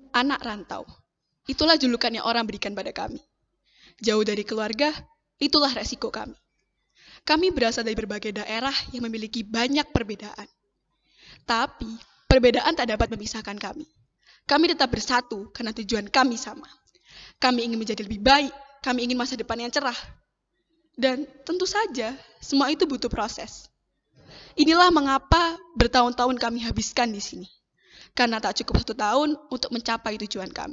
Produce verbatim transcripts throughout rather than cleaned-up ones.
anak rantau. Itulah julukan yang orang berikan pada kami. Jauh dari keluarga, itulah resiko kami. Kami berasal dari berbagai daerah yang memiliki banyak perbedaan. Tapi, perbedaan tak dapat memisahkan kami. Kami tetap bersatu karena tujuan kami sama. Kami ingin menjadi lebih baik, kami ingin masa depan yang cerah. Dan tentu saja, semua itu butuh proses. Inilah mengapa bertahun-tahun kami habiskan di sini. Karena tak cukup satu tahun untuk mencapai tujuan kami.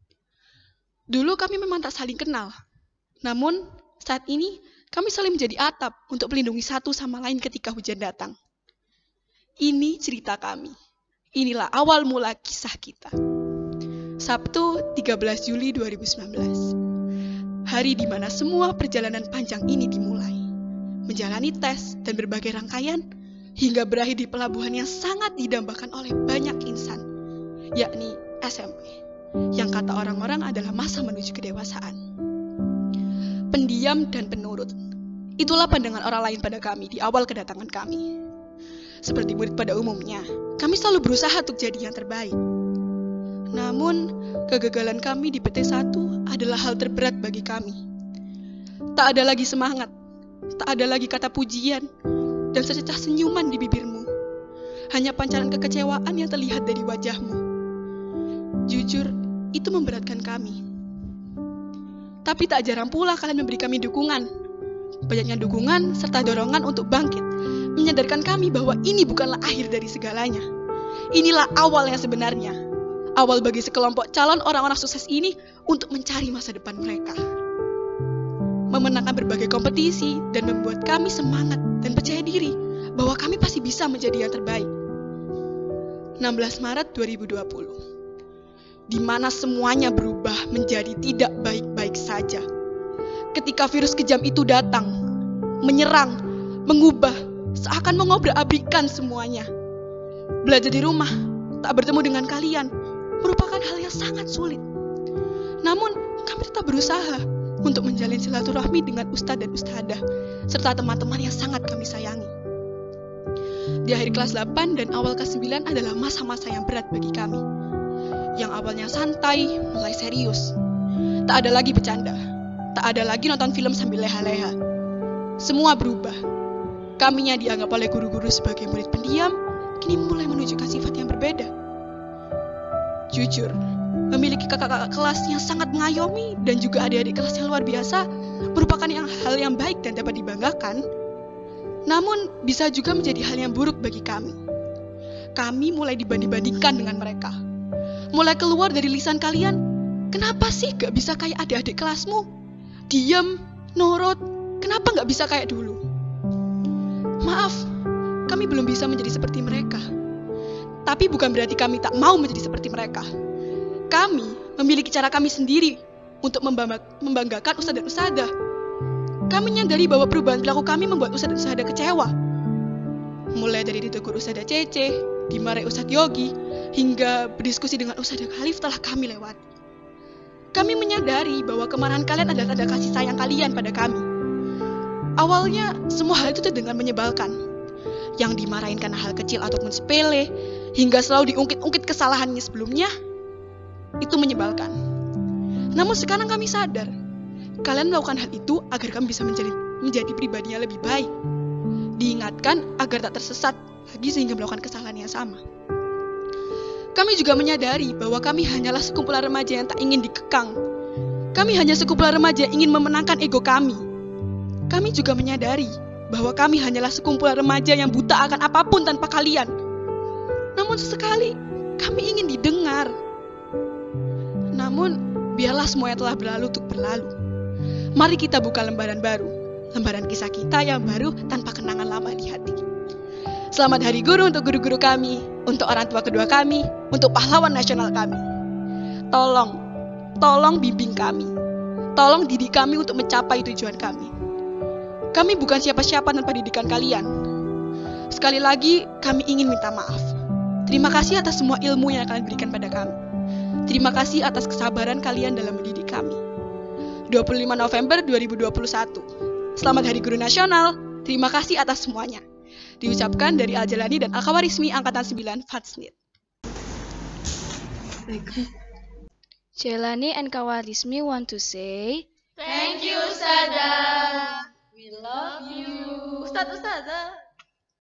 Dulu kami memang tak saling kenal. Namun, saat ini kami saling menjadi atap untuk melindungi satu sama lain ketika hujan datang. Ini cerita kami. Inilah awal mula kisah kita. Sabtu tiga belas Juli dua ribu sembilan belas. Hari di mana semua perjalanan panjang ini dimulai. Menjalani tes dan berbagai rangkaian hingga berakhir di pelabuhan yang sangat didambakan oleh banyak insan, yakni S M P, yang kata orang-orang adalah masa menuju kedewasaan. Pendiam dan penurut. Itulah pandangan orang lain pada kami di awal kedatangan kami. Seperti murid pada umumnya, kami selalu berusaha untuk jadi yang terbaik. Namun, kegagalan kami di P T satu adalah hal terberat bagi kami. Tak ada lagi semangat, tak ada lagi kata pujian, dan sececah senyuman di bibirmu. Hanya pancaran kekecewaan yang terlihat dari wajahmu. Jujur, itu memberatkan kami. Tapi tak jarang pula kalian memberi kami dukungan. Banyaknya dukungan serta dorongan untuk bangkit, menyadarkan kami bahwa ini bukanlah akhir dari segalanya. Inilah awal yang sebenarnya. Awal bagi sekelompok calon orang-orang sukses ini untuk mencari masa depan mereka. Memenangkan berbagai kompetisi dan membuat kami semangat dan percaya diri bahwa kami pasti bisa menjadi yang terbaik. enam belas Maret dua ribu dua puluh. Di mana semuanya berubah menjadi tidak baik-baik saja. Ketika virus kejam itu datang, menyerang, mengubah, seakan mengobrak-abrikan semuanya. Belajar di rumah, tak bertemu dengan kalian, merupakan hal yang sangat sulit. Namun, kami tetap berusaha untuk menjalin silaturahmi dengan ustadz dan ustadzah, serta teman-teman yang sangat kami sayangi. Di akhir kelas delapan dan awal kelas sembilan adalah masa-masa yang berat bagi kami. Yang awalnya santai, mulai serius. Tak ada lagi bercanda, tak ada lagi nonton film sambil leha-leha. Semua berubah. Kami yang dianggap oleh guru-guru sebagai murid pendiam, kini mulai menunjukkan sifat yang berbeda. Jujur, memiliki kakak-kakak kelas yang sangat mengayomi dan juga adik-adik kelas yang luar biasa merupakan yang, hal yang baik dan dapat dibanggakan. Namun, bisa juga menjadi hal yang buruk bagi kami. Kami mulai dibanding-bandingkan dengan mereka. Mulai keluar dari lisan kalian, kenapa sih gak bisa kayak adik-adik kelasmu? Diam, nurut, kenapa gak bisa kayak dulu? Maaf, kami belum bisa menjadi seperti mereka. Tapi bukan berarti kami tak mau menjadi seperti mereka. Kami memiliki cara kami sendiri untuk membanggakan ustadz dan ustadzah. Kami menyadari bahwa perubahan perilaku kami membuat ustadz dan ustadzah kecewa. Mulai dari ditegur ustadzah Cece, dimarahi ustadz Yogi, hingga berdiskusi dengan ustadzah Khalif telah kami lewati. Kami menyadari bahwa kemarahan kalian adalah tanda kasih sayang kalian pada kami. Awalnya, semua hal itu terdengar menyebalkan. Yang dimarahin karena hal kecil ataupun sepele, hingga selalu diungkit-ungkit kesalahannya sebelumnya, itu menyebalkan. Namun sekarang kami sadar, kalian melakukan hal itu agar kami bisa menjadi, menjadi pribadi yang lebih baik. Diingatkan agar tak tersesat lagi sehingga melakukan kesalahan yang sama. Kami juga menyadari bahwa kami hanyalah sekumpulan remaja yang tak ingin dikekang. Kami hanya sekumpulan remaja yang ingin memenangkan ego kami. Kami juga menyadari bahwa kami hanyalah sekumpulan remaja yang buta akan apapun tanpa kalian. Namun sesekali, kami ingin didengar. Namun, biarlah semua yang telah berlalu untuk berlalu. Mari kita buka lembaran baru. Lembaran kisah kita yang baru tanpa kenangan lama di hati. Selamat Hari Guru untuk guru-guru kami, untuk orang tua kedua kami, untuk pahlawan nasional kami. Tolong, tolong bimbing kami. Tolong didik kami untuk mencapai tujuan kami. Kami bukan siapa-siapa tanpa didikan kalian. Sekali lagi, kami ingin minta maaf. Terima kasih atas semua ilmu yang kalian berikan pada kami. Terima kasih atas kesabaran kalian dalam mendidik kami. dua puluh lima November dua ribu dua puluh satu. Selamat Hari Guru Nasional. Terima kasih atas semuanya. Diucapkan dari Al-Jalani dan Al-Khawarizmi Angkatan sembilan Fatsnit. Jelani and Kawarismi want to say, Thank you, Ustazah. We love you. Ustaz, Ustazah.